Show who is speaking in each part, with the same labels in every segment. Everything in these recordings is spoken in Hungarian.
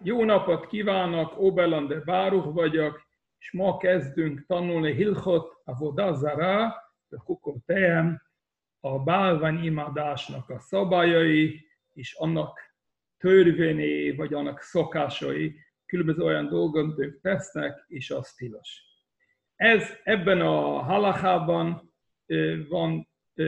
Speaker 1: Jó napot kívánok, Oberlande Baruch vagyok, és ma kezdünk tanulni Hilchot Avodah Zarah, Hukotehem, a bálványimádásnak a szabályai, és annak törvényei, vagy annak szokásai, különböző olyan dolgot ők tesznek, és az tilos. Ebben a halachában van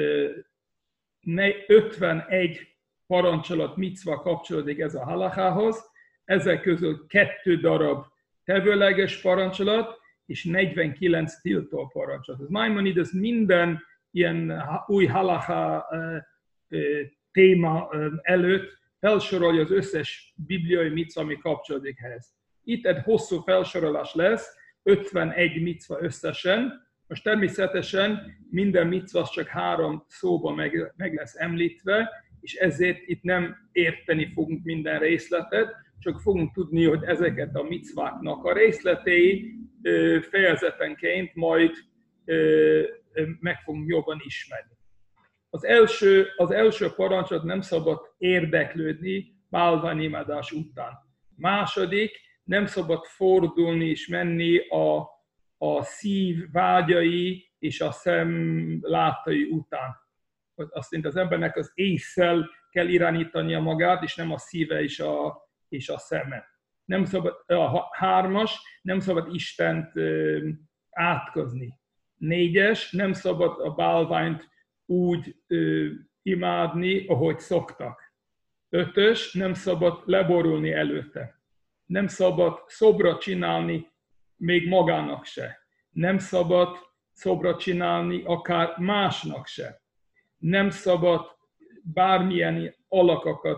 Speaker 1: 51 parancsolat, micva kapcsolódik ez a halachához, ezek közül 2 darab tevőleges parancsolat, és 49 tiltó parancsolat. Az Maimonides minden ilyen új halacha téma előtt felsorolja az összes bibliai micva, ami kapcsolódik ehhez. Itt egy hosszú felsorolás lesz, 51 micva összesen. Most természetesen minden micva csak 3 szóban meg lesz említve, és ezért itt nem érteni fogunk minden részletet, csak fogunk tudni, hogy ezeket a micváknak a részletei fejezetenként majd meg fogunk jobban ismerni. Az első parancsolat, nem szabad érdeklődni bálványimádás után. Második, nem szabad fordulni és menni a szív vágyai és a szem látai után. Azt mondja, az embernek az ésszel kell irányítania magát, és nem a szíve és a szeme. Nem szabad, a 3-as, nem szabad Istent átkozni. 4-es, nem szabad a bálványt úgy imádni, ahogy szoktak. 5-ös, nem szabad leborulni előtte. Nem szabad szobra csinálni még magának se. Nem szabad szobra csinálni akár másnak se. Nem szabad bármilyen alakakat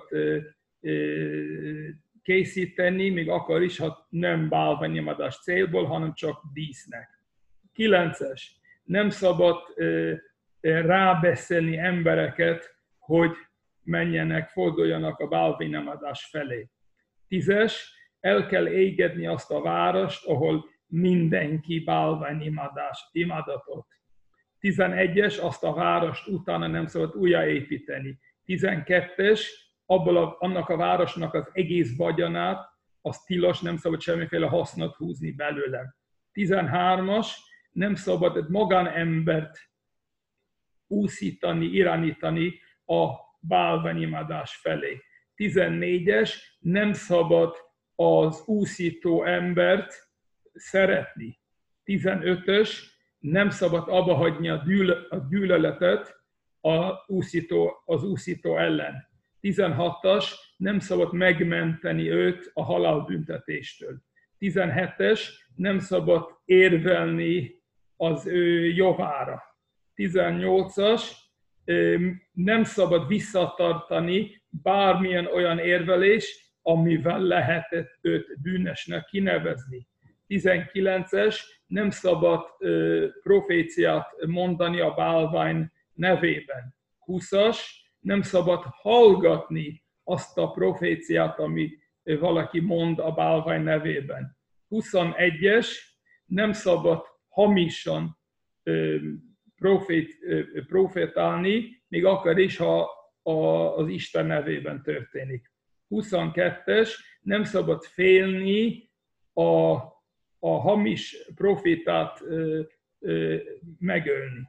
Speaker 1: készíteni, még akkor is, ha nem bálványimádás célból, hanem csak dísznek. 9-es. Nem szabad rábeszélni embereket, hogy menjenek, forduljanak a bálványimádás felé. 10-es. El kell égetni azt a várost, ahol mindenki bálványimádatot. 11-es, azt a várost utána nem szabad újjáépíteni. 12-es, annak a városnak az egész vagyonát, az tilos, nem szabad semmiféle hasznot húzni belőle. 13-as, nem szabad egy magánembert úszítani, irányítani a bálványimádás felé. 14-es, nem szabad az úszító embert szeretni. 15-ös, nem szabad abbahagyni a gyűlöletet az úszító ellen. 16-as, nem szabad megmenteni őt a halálbüntetéstől. 17-es, nem szabad érvelni az ő javára. 18-as, nem szabad visszatartani bármilyen olyan érvelés, amivel lehetett őt bűnösnek kinevezni. 19-es, nem szabad proféciát mondani a bálvány nevében. 20-as, nem szabad hallgatni azt a proféciát, amit valaki mond a bálvány nevében. 21-es, nem szabad hamisan profétálni, még akkor is, ha az Isten nevében történik. 22-es, nem szabad félni a hamis profétát megölni.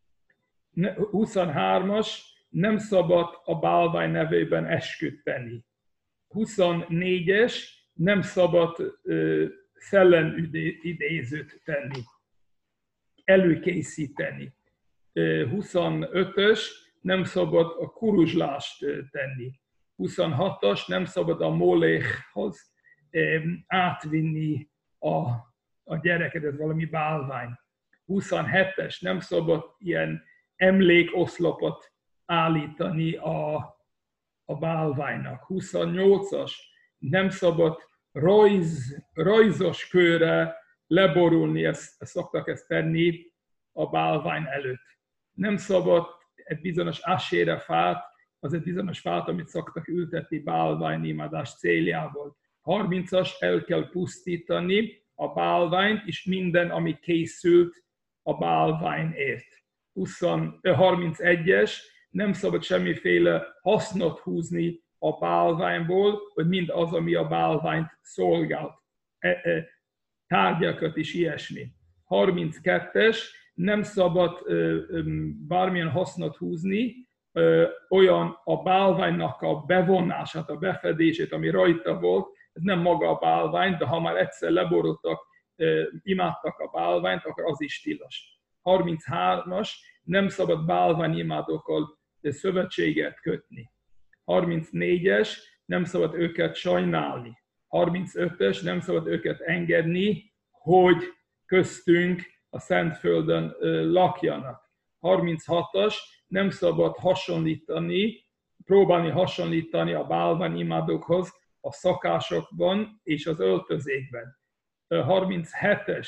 Speaker 1: 23-as, nem szabad a bálvány nevében esküdteni. 24-es, nem szabad szellemidézőt tenni, előkészíteni. 25-ös, nem szabad a kuruzslást tenni. 26-os, nem szabad a molékhoz átvinni a gyereket, ez valami bálvány. 27-es, nem szabad ilyen emlékoszlopot állítani a bálványnak. 28-as, nem szabad rajzos kőre leborulni, szoktak tenni a bálvány előtt. Nem szabad egy bizonyos asére fát, az egy bizonyos fát, amit szoktak ültetni bálványimádás céljából. 30-as, el kell pusztítani a bálványt, és minden, ami készült a bálványért. 31-es, nem szabad semmiféle hasznot húzni a bálványból, vagy mind az, ami a bálványt szolgált, tárgyakat is ilyesmi. 32-es, nem szabad bármilyen hasznot húzni, olyan a bálványnak a bevonását, a befedését, ami rajta volt, ez nem maga a bálvány, de ha már egyszer leborultak, imádtak a bálványt, akkor az is tilos. 33-as, nem szabad bálványimádókkal szövetséget kötni. 34-es, nem szabad őket sajnálni. 35-ös, nem szabad őket engedni, hogy köztünk a Szentföldön lakjanak. 36-as, nem szabad próbálni hasonlítani a bálványimádókhoz a szakásokban és az öltözékben. 37-es,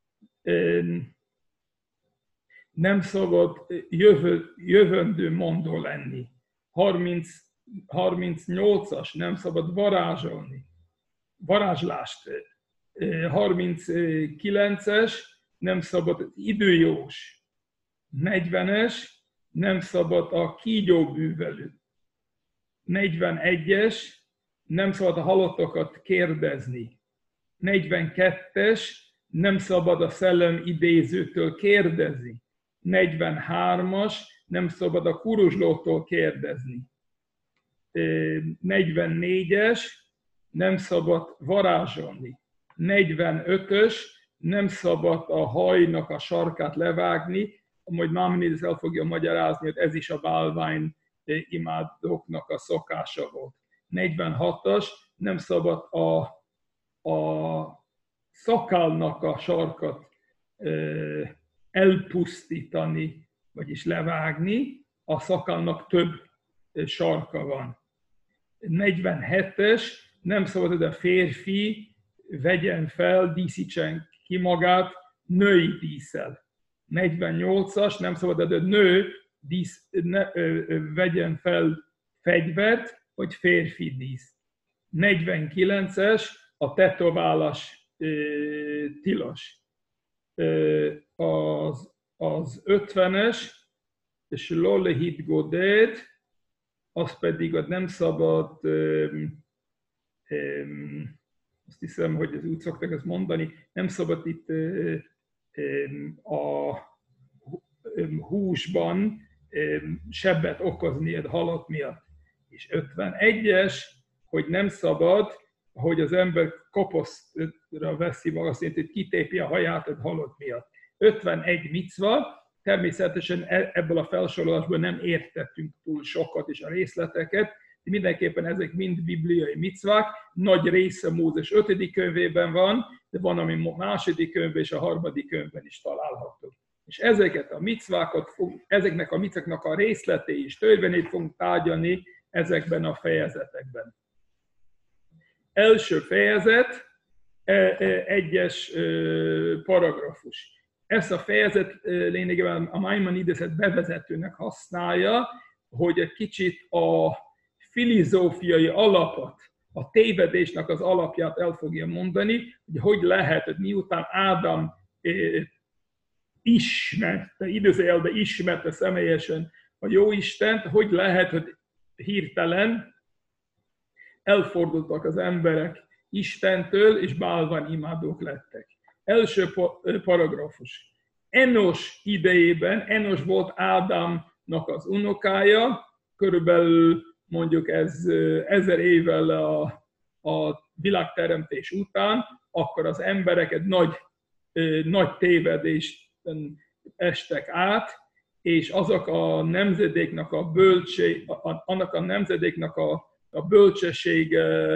Speaker 1: nem szabad jövendő mondó lenni. 38-as, nem szabad varázslást. 39-es, nem szabad időjós. 40-es, nem szabad a kígyóbűvelő. 41-es, nem szabad a halottakat kérdezni. 42-es, nem szabad a szellem idézőtől kérdezni. 43-as, nem szabad a kuruzslótól kérdezni. 44-es, nem szabad varázsolni. 45-ös, nem szabad a hajnak a sarkát levágni, majd Maimonides el fogja magyarázni, hogy ez is a bálvány imádóknak a szokása volt. 46-as, nem szabad a szakálnak a sarkat elpusztítani, vagyis levágni, a szakálnak több sarka van. 47-es, nem szabad, hogy a férfi vegyen fel, díszítsen ki magát női dísszel. 48-as, nem szabad, hogy a nő vegyen fel fegyvert, vagy férfi dísz. 49-es, a tetoválás tilos. Az 50-es, és lolehit godét, az pedig ott nem szabad, azt hiszem, hogy ez úgy szokták ezt mondani, nem szabad itt a húsban sebbet okozni a halott miatt. És 51-es, hogy nem szabad, hogy az ember koposztra veszi maga, azt jelenti, hogy kitépi a haját a halott miatt. 51 micva, természetesen ebből a felsorolásból nem értettünk túl sokat és a részleteket, de mindenképpen ezek mind bibliai micvák, nagy része Mózes 5. könyvében van, de van, ami második könyvben és a harmadik könyvben is található. És ezeket a micvákat, ezeknek a micváknak a részletei és törvényét fogunk tárgyalni ezekben a fejezetekben. Első fejezet, egyes paragrafus. Ezt a fejezet lényegében a Maimonides-et bevezetőnek használja, hogy egy kicsit a filozófiai alapot, a tévedésnek az alapját el fogja mondani, hogy lehet, hogy miután Ádám ismerte személyesen a Jóistent, hogy lehet, hogy hirtelen elfordultak az emberek Istentől, és bálványimádók lettek. Első paragrafus. Enos idejében, Enos volt Ádámnak az unokája, körülbelül mondjuk ez 1000 évvel a világteremtés után, akkor az emberek egy nagy tévedésten estek át, és azok a nemzedéknek annak a nemzedéknek a bölcsesség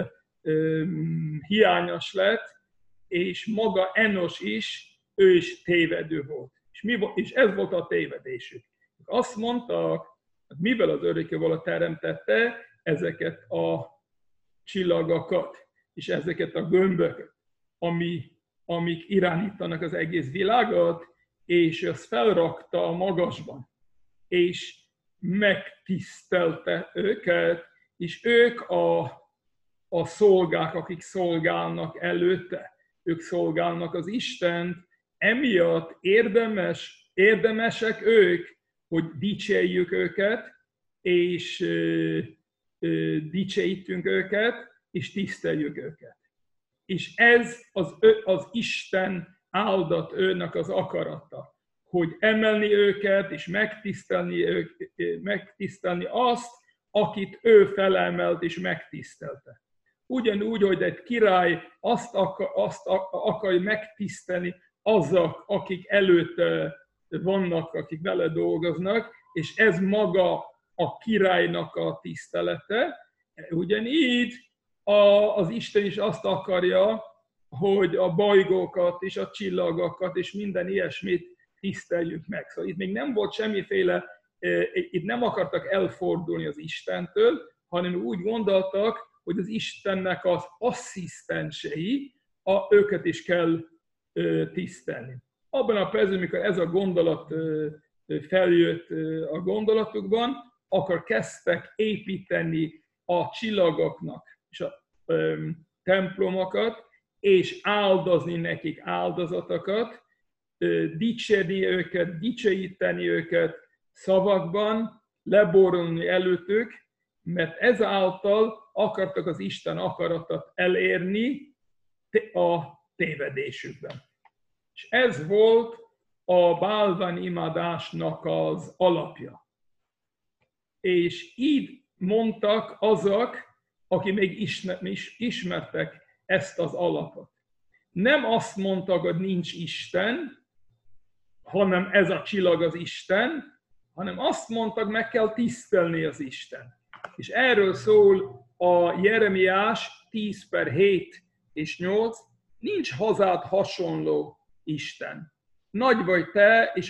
Speaker 1: hiányos lett, és maga Enos is, ő is tévedő volt. És ez volt a tévedésük. Azt mondtak, hogy mivel az Örökkévaló teremtette ezeket a csillagokat, és ezeket a gömböket, amik irányítanak az egész világot, és azt felrakta a magasban, és megtisztelte őket, és ők a szolgák, akik szolgálnak előtte, ők szolgálnak az Istent, emiatt érdemesek ők, hogy dicsérjük őket, és dicsőítünk őket, és tiszteljük őket. És ez az Isten áldat őnek az akarata, hogy emelni őket, és megtisztelni azt, akit ő felemelt és megtisztelte. Ugyanúgy, hogy egy király azt akarja megtisztelni azok, akik előtt vannak, akik vele dolgoznak, és ez maga a királynak a tisztelete. Ugyanígy az Isten is azt akarja, hogy a bolygókat és a csillagokat és minden ilyesmit tiszteljük meg. Szóval itt még nem volt semmiféle, itt nem akartak elfordulni az Istentől, hanem úgy gondoltak, hogy az Istennek az asszisztensei, őket is kell tisztelni. Abban a percben, amikor ez a gondolat feljött a gondolatukban, akkor kezdtek építeni a csillagoknak és a templomokat, és áldozni nekik áldozatokat, dicsérni őket, dicsőíteni őket szavakban, leborulni előttük, mert ezáltal akartak az Isten akaratot elérni a tévedésükben. És ez volt a bálványimádásnak az alapja. És így mondtak azok, akik még ismertek ezt az alapot. Nem azt mondtak, hogy nincs Isten, hanem ez a csillag az Isten, hanem azt mondtak, meg kell tisztelni az Isten. És erről szól a Jeremiás 10/7 és 8, nincs hozzád hasonló Isten. Nagy vagy te, és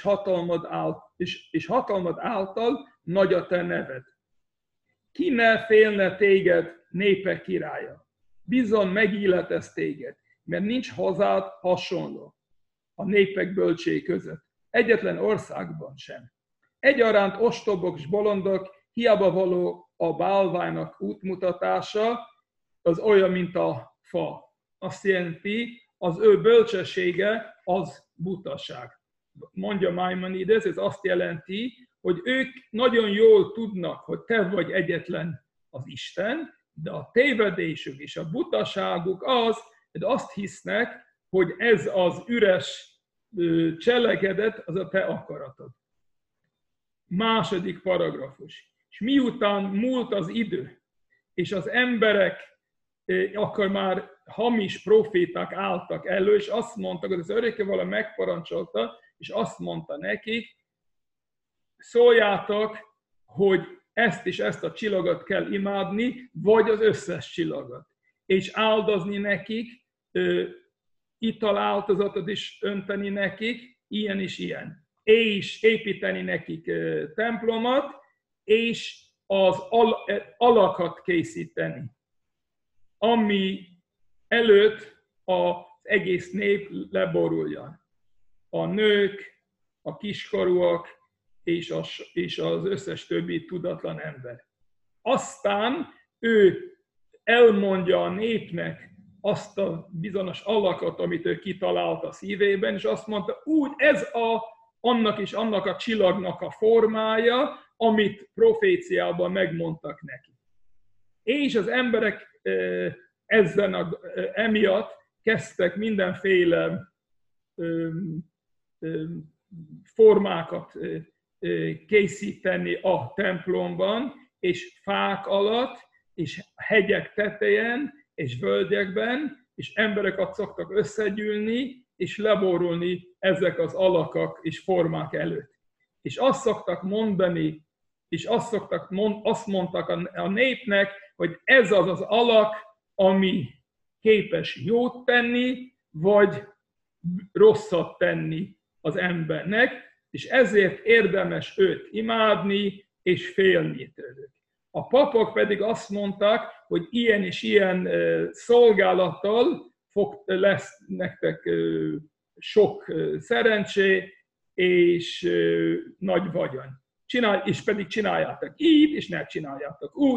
Speaker 1: hatalmad által nagy a te neved. Ki ne félne téged, népek királya? Bizony megilletesz téged, mert nincs hozzád hasonló a népek bölcsé között. Egyetlen országban sem. Egyaránt ostobok és bolondok, hiába való a bálványnak útmutatása, az olyan, mint a fa. Azt jelenti, az ő bölcsessége az butaság. Mondja Maimonides, ez azt jelenti, hogy ők nagyon jól tudnak, hogy te vagy egyetlen az Isten, de a tévedésük és a butaságuk az, hogy azt hisznek, hogy ez az üres cselekedet, az a te akaratod. Második paragrafus. És miután múlt az idő, és az emberek akkor már hamis proféták álltak elő, és azt mondtak, hogy az örökkévaló megparancsolta, és azt mondta nekik, szóljátok, hogy ezt és ezt a csillagot kell imádni, vagy az összes csillagot. És áldozni nekik, italáltozatot is önteni nekik, ilyen és ilyen. És építeni nekik templomot, és az alakat készíteni, ami előtt az egész nép leboruljon. A nők, a kiskorúak és az összes többi tudatlan ember. Aztán ő elmondja a népnek azt a bizonyos alakot, amit ő kitalált a szívében, és azt mondta, úgy ez annak és annak a csillagnak a formája, amit proféciában megmondtak neki. És az emberek emiatt kezdtek mindenféle formákat készíteni a templomban, és fák alatt, és hegyek tetején, és völgyekben, és embereket szoktak összegyűlni, és leborulni ezek az alakak és formák előtt. És azt szoktak mondani, és azt mondtak a népnek, hogy ez az az alak, ami képes jót tenni, vagy rosszat tenni az embernek, és ezért érdemes őt imádni, és félni tőlük. A papok pedig azt mondták, hogy ilyen és ilyen szolgálattal lesz nektek sok szerencsé, és nagy vagyon. És pedig csináljátok így, és ne csináljátok úgy.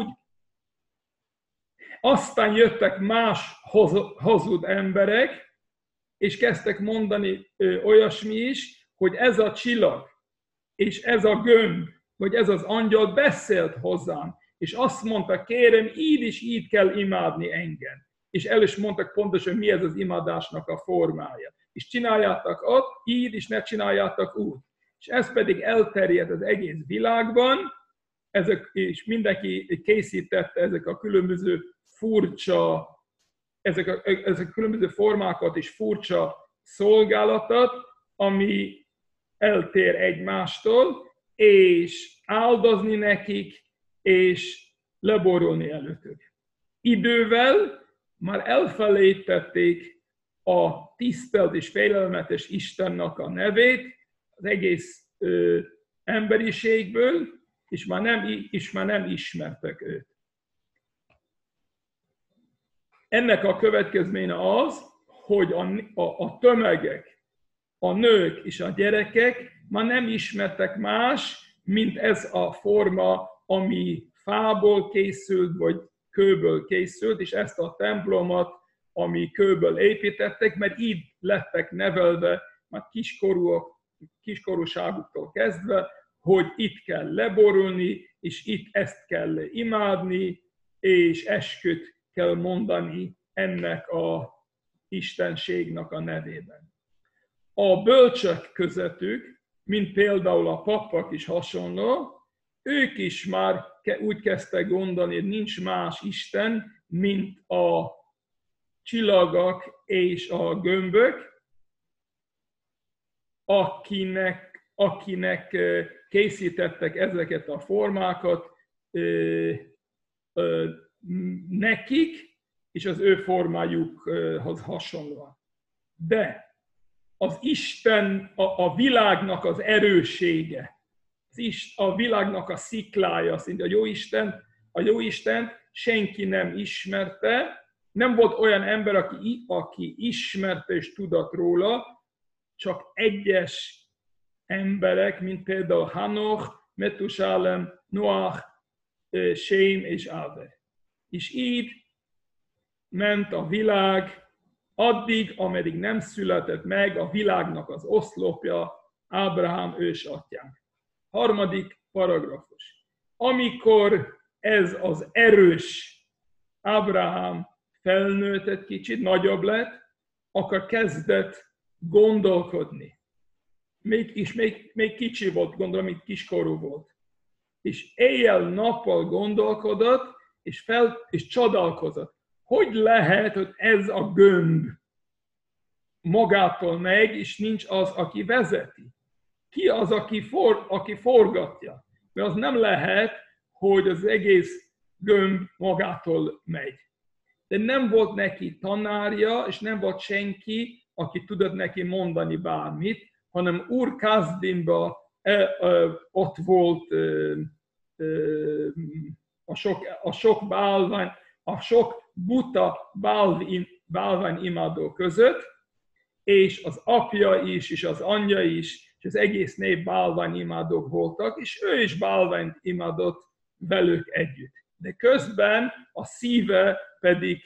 Speaker 1: Aztán jöttek más hazud emberek, és kezdtek mondani olyasmi is, hogy ez a csillag, és ez a gömb, vagy ez az angyal beszélt hozzám, és azt mondta, kérem, így is így kell imádni engem. És el is mondtak pontosan, mi ez az imádásnak a formája. És csináljátok ott, így, és ne csináljátok úgy. És ez pedig elterjedt az egész világban, és mindenki készítette ezek a különböző furcsa, ezek a különböző formákat és furcsa szolgálatot, ami eltér egymástól, és áldozni nekik, és leborulni előttük. Idővel már elfelejtették a tisztelt és félelmetes Istennek a nevét az egész emberiségből, és már nem ismertek őt. Ennek a következménye az, hogy a tömegek, a nők és a gyerekek már nem ismertek más, mint ez a forma, ami fából készült, vagy kőből készült, és ezt a templomot, ami kőből építettek, mert így lettek nevelve már kiskorúságuktól kezdve, hogy itt kell leborulni, és itt ezt kell imádni, és esküt kell mondani ennek a istenségnek a nevében. A bölcsök közöttük, mint például a papok is hasonló, ők is már úgy kezdtek gondolni, hogy nincs más Isten, mint a csillagok és a gömbök, akinek készítettek ezeket a formákat nekik, és az ő formájukhoz hasonlóan. De az Isten, a világnak az erőssége, a világnak a sziklája, szinte a Jóisten senki nem ismerte, nem volt olyan ember, aki ismerte és tudott róla, csak egyes emberek, mint például Hanoch, Metusalem, Noach, Sém és Áver. És így ment a világ addig, ameddig nem született meg a világnak az oszlopja, Ábrahám ősatyánk. Harmadik paragrafus. Amikor ez az erős Ábrahám felnőtt egy kicsit, nagyobb lett, akkor kezdett gondolkodni. Még kicsi volt, gondolom, mint kiskorú volt. És éjjel-nappal gondolkodott, és csodálkozott. Hogy lehet, hogy ez a gömb magától megy, és nincs az, aki vezeti? Ki az, aki forgatja? Mert az nem lehet, hogy az egész gömb magától megy. De nem volt neki tanárja, és nem volt senki, aki tudott neki mondani bármit, hanem Úr Kazdimban ott volt a sok buta bálványimádó között, és az apja is, és az anyja is, és az egész nép bálványimádók voltak, és ő is bálványt imádott velük együtt. De közben a szíve pedig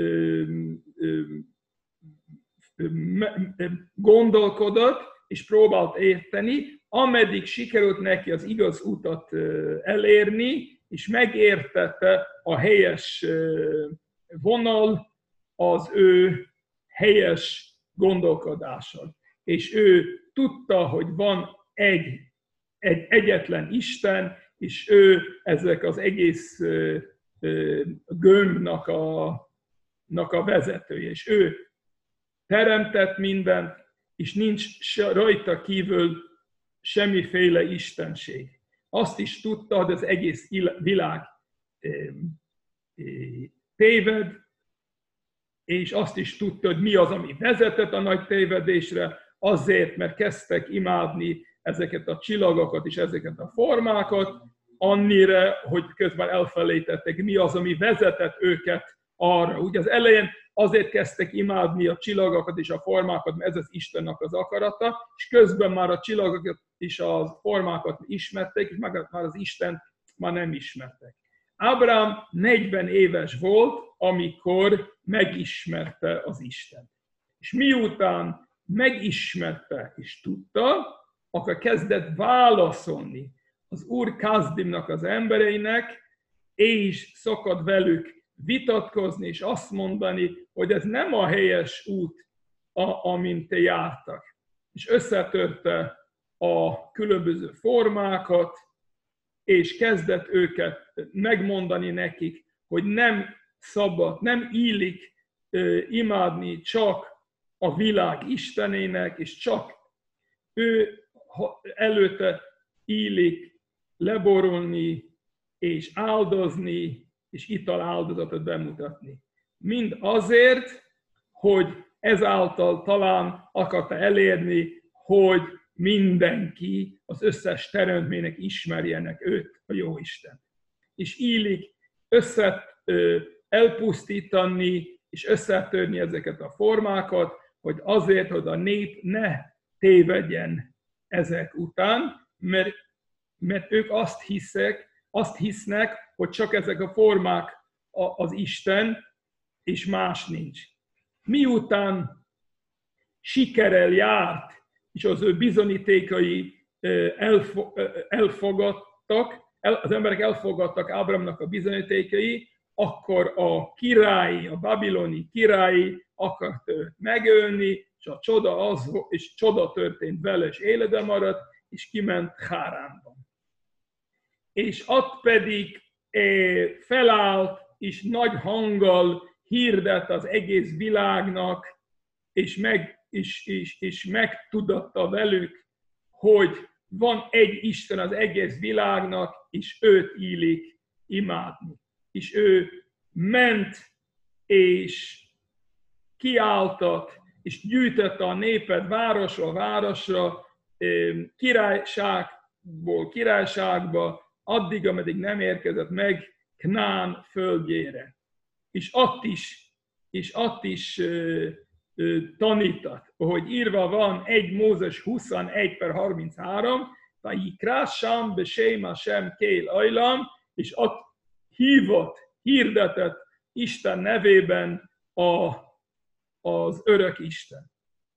Speaker 1: gondolkodott, és próbált érteni, ameddig sikerült neki az igaz utat elérni, és megértette a helyes vonal az ő helyes gondolkodással. És ő tudta, hogy van egy egyetlen Isten, és ő ezek az egész gömbnek a vezetője, és ő teremtett mindent, és nincs rajta kívül semmiféle istenség. Azt is tudta, hogy az egész világ téved, és azt is tudta, hogy mi az, ami vezetett a nagy tévedésre, azért, mert kezdtek imádni ezeket a csillagokat és ezeket a formákat, annyira, hogy közben elfelejtettek, mi az, ami vezetett őket arra. Ugye az elején azért kezdtek imádni a csillagokat és a formákat, mert ez az Istennek az akarata, és közben már a csillagokat és a formákat ismerték, és már az Istent már nem ismertek. Ábrahám 40 éves volt, amikor megismerte az Istent. És miután megismerte és tudta, akkor kezdett válaszolni az Úr Kazdimnak az embereinek, és szokott velük vitatkozni, és azt mondani, hogy ez nem a helyes út, amint te jártak. És összetörte a különböző formákat, és kezdett őket megmondani nekik, hogy nem szabad, nem illik imádni csak a világ istenének, és csak ő előtte illik leborulni, és áldozni, és italáldozatot bemutatni. Mind azért, hogy ezáltal talán akarta elérni, hogy mindenki, az összes teremtménynek ismerjenek őt, a Jóisten. És illik elpusztítani, és összetörni ezeket a formákat, hogy azért, hogy a nép ne tévedjen ezek után, mert ők azt hisznek, hogy csak ezek a formák az Isten, és más nincs. Miután sikerrel járt, és az ő bizonyítékai elfogadtak, az emberek elfogadtak Ábrahámnak a bizonyítékai, akkor a babiloni királyi akart őt megölni, és csoda történt vele, és életben maradt, és kiment Háránba. És ott pedig felállt, és nagy hanggal hirdet az egész világnak, és megtudatta velük, hogy van egy Isten az egész világnak, és őt illik imádni. És ő ment, és kiáltott, és gyűjtötte a népet városról városra, királyságból királyságba, addig, ameddig nem érkezett meg Knán földjére. És ott is tanított, hogy írva van 1 Mózes 21/33, Vayikrássam besém Hashem kél ajlam, és ott hirdetett Isten nevében az örök Isten.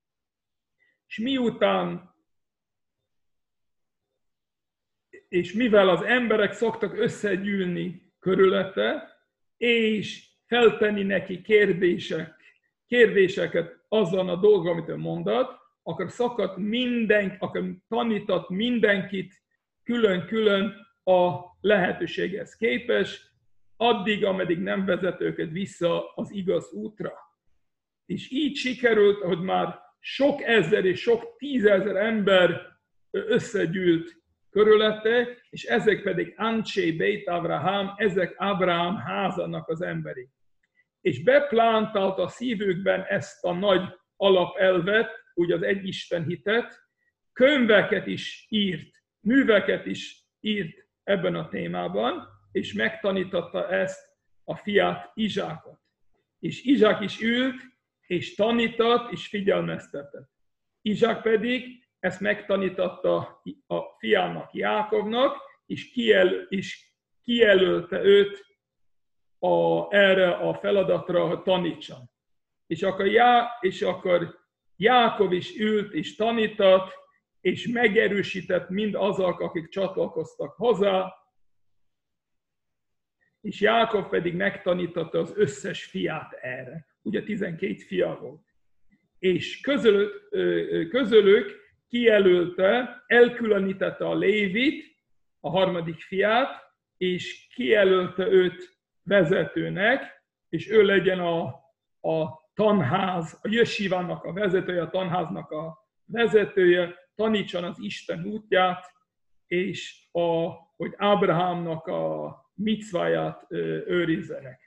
Speaker 1: És mivel az emberek szoktak összegyűlni körülötte, és feltenni neki kérdéseket azon a dolgon, amit ő mondott, akkor tanított mindenkit külön-külön a lehetőséghez képest, addig, ameddig nem vezet őket vissza az igaz útra. És így sikerült, hogy már sok ezer és sok tízezer ember összegyűlt körülötte, és ezek pedig Ansé Beit Abraham, ezek Ábrahám házának az emberi. És beplantált a szívükben ezt a nagy alapelvet, ugye az egyisten hitet, könyveket is írt, műveket is írt ebben a témában, és megtanította ezt a fiát, Izsákot. És Izsák is ült, és tanított, és figyelmeztetett. Izsák pedig ezt megtanította a fiának, Jákobnak, és kijelölte őt erre a feladatra, hogy tanítson. És akkor Jákob is ült, és tanított, és megerősített mind azok, akik csatlakoztak hozzá, és Jákob pedig megtanította az összes fiát erre. Ugye 12 fia volt. És közülük kijelölte, elkülönítette a Lévit, a harmadik fiát, és kijelölte őt vezetőnek, és ő legyen a tanház, a jesívának a vezetője, a tanháznak a vezetője, tanítson az Isten útját, és hogy Ábrahámnak a micváját őrizzenek.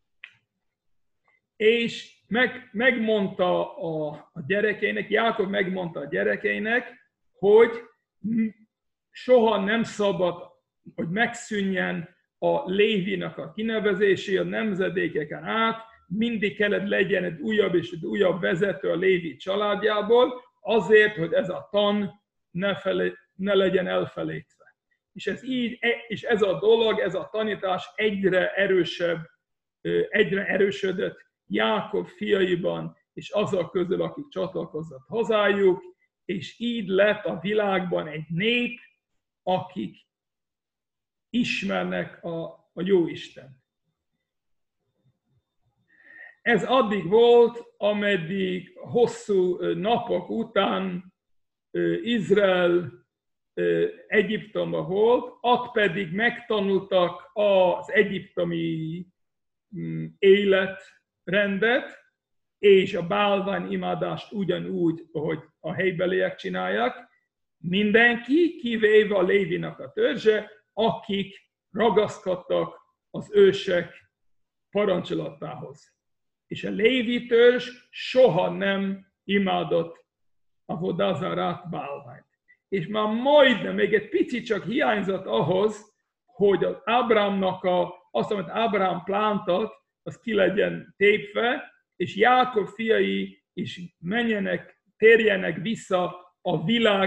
Speaker 1: És megmondta a gyerekeinek, Jákob megmondta a gyerekeinek, hogy soha nem szabad, hogy megszűnjen a Lévinak a kinevezésé a nemzedékeken át, mindig kellett legyen egy újabb és egy újabb vezető a Lévi családjából, azért, hogy ez a tan ne legyen elfelejtve. És ez a dolog, ez a tanítás egyre erősödött Jákob fiaiban, és azok közül, akik csatlakozott hozzájuk, és így lett a világban egy nép, akik ismernek a Jóisten. Ez addig volt, ameddig hosszú napok után Izrael Egyiptomban volt, ott pedig megtanultak az egyiptomi életrendet, és a bálványimádást ugyanúgy, ahogy a helybeliek csinálják. Mindenki, kivéve a Lévinak a törzse, akik ragaszkodtak az ősek parancsolatához. És a Lévi törzs soha nem imádott a vodazarát bálványt. És már majdnem, még egy picit csak hiányzott ahhoz, hogy az Ábrámnak azt, amit Ábrám plántott, az ki legyen tépve, és Jákob fiai is térjenek vissza a világ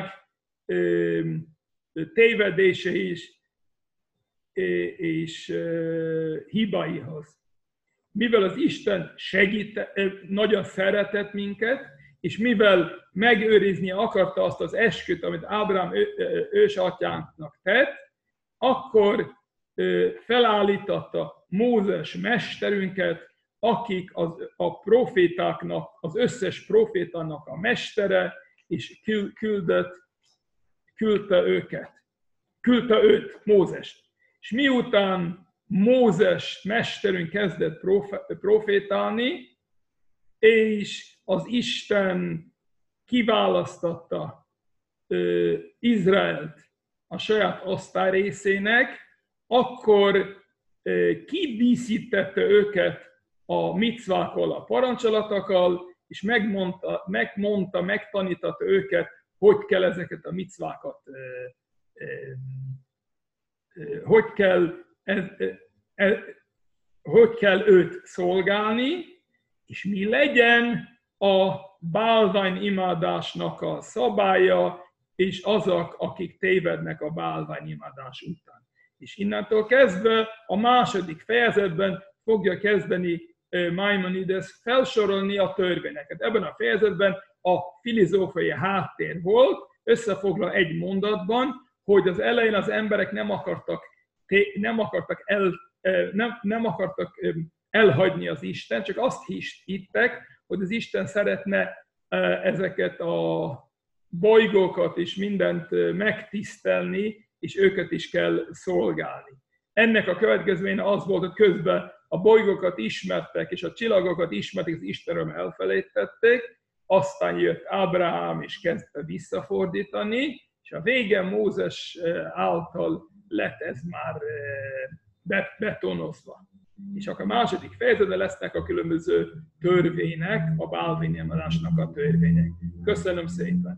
Speaker 1: tévedése és hibáihoz. Mivel az Isten nagyon szeretett minket, és mivel megőrizni akarta azt az esküt, amit Ábrám ősatyánknak tett, akkor felállította Mózes mesterünket, akik a profétáknak, az összes profétának a mestere, és küldte őt, Mózest. És miután Mózes mesterünk kezdett profétálni, és az Isten kiválasztotta Izraelt a saját osztályrészének, akkor kidíszítette őket a micvákkal, a parancsolatokkal, és megtanította őket, hogy kell ezeket a micvákat, hogy kell őt szolgálni, és mi legyen a bálványimádásnak a szabálya, és azok, akik tévednek a bálványimádás után. És innentől kezdve a második fejezetben fogja kezdeni Maimonides felsorolni a törvényeket. Ebben a fejezetben a filozófiai háttér volt, összefoglal egy mondatban, hogy az elején az emberek nem akartak elhagyni az Isten, csak azt hittek, hogy az Isten szeretne ezeket a bolygókat és mindent megtisztelni, és őket is kell szolgálni. Ennek a következménye az volt, hogy közben a bolygókat ismertek, és a csillagokat ismerték, az Istenről elfelejtették, aztán jött Ábrahám, és kezdte visszafordítani, és a végén Mózes által lett ez már betonozva. És akkor a második fejezetben lesznek a különböző törvények, a bálványimádásnak a törvények. Köszönöm szépen!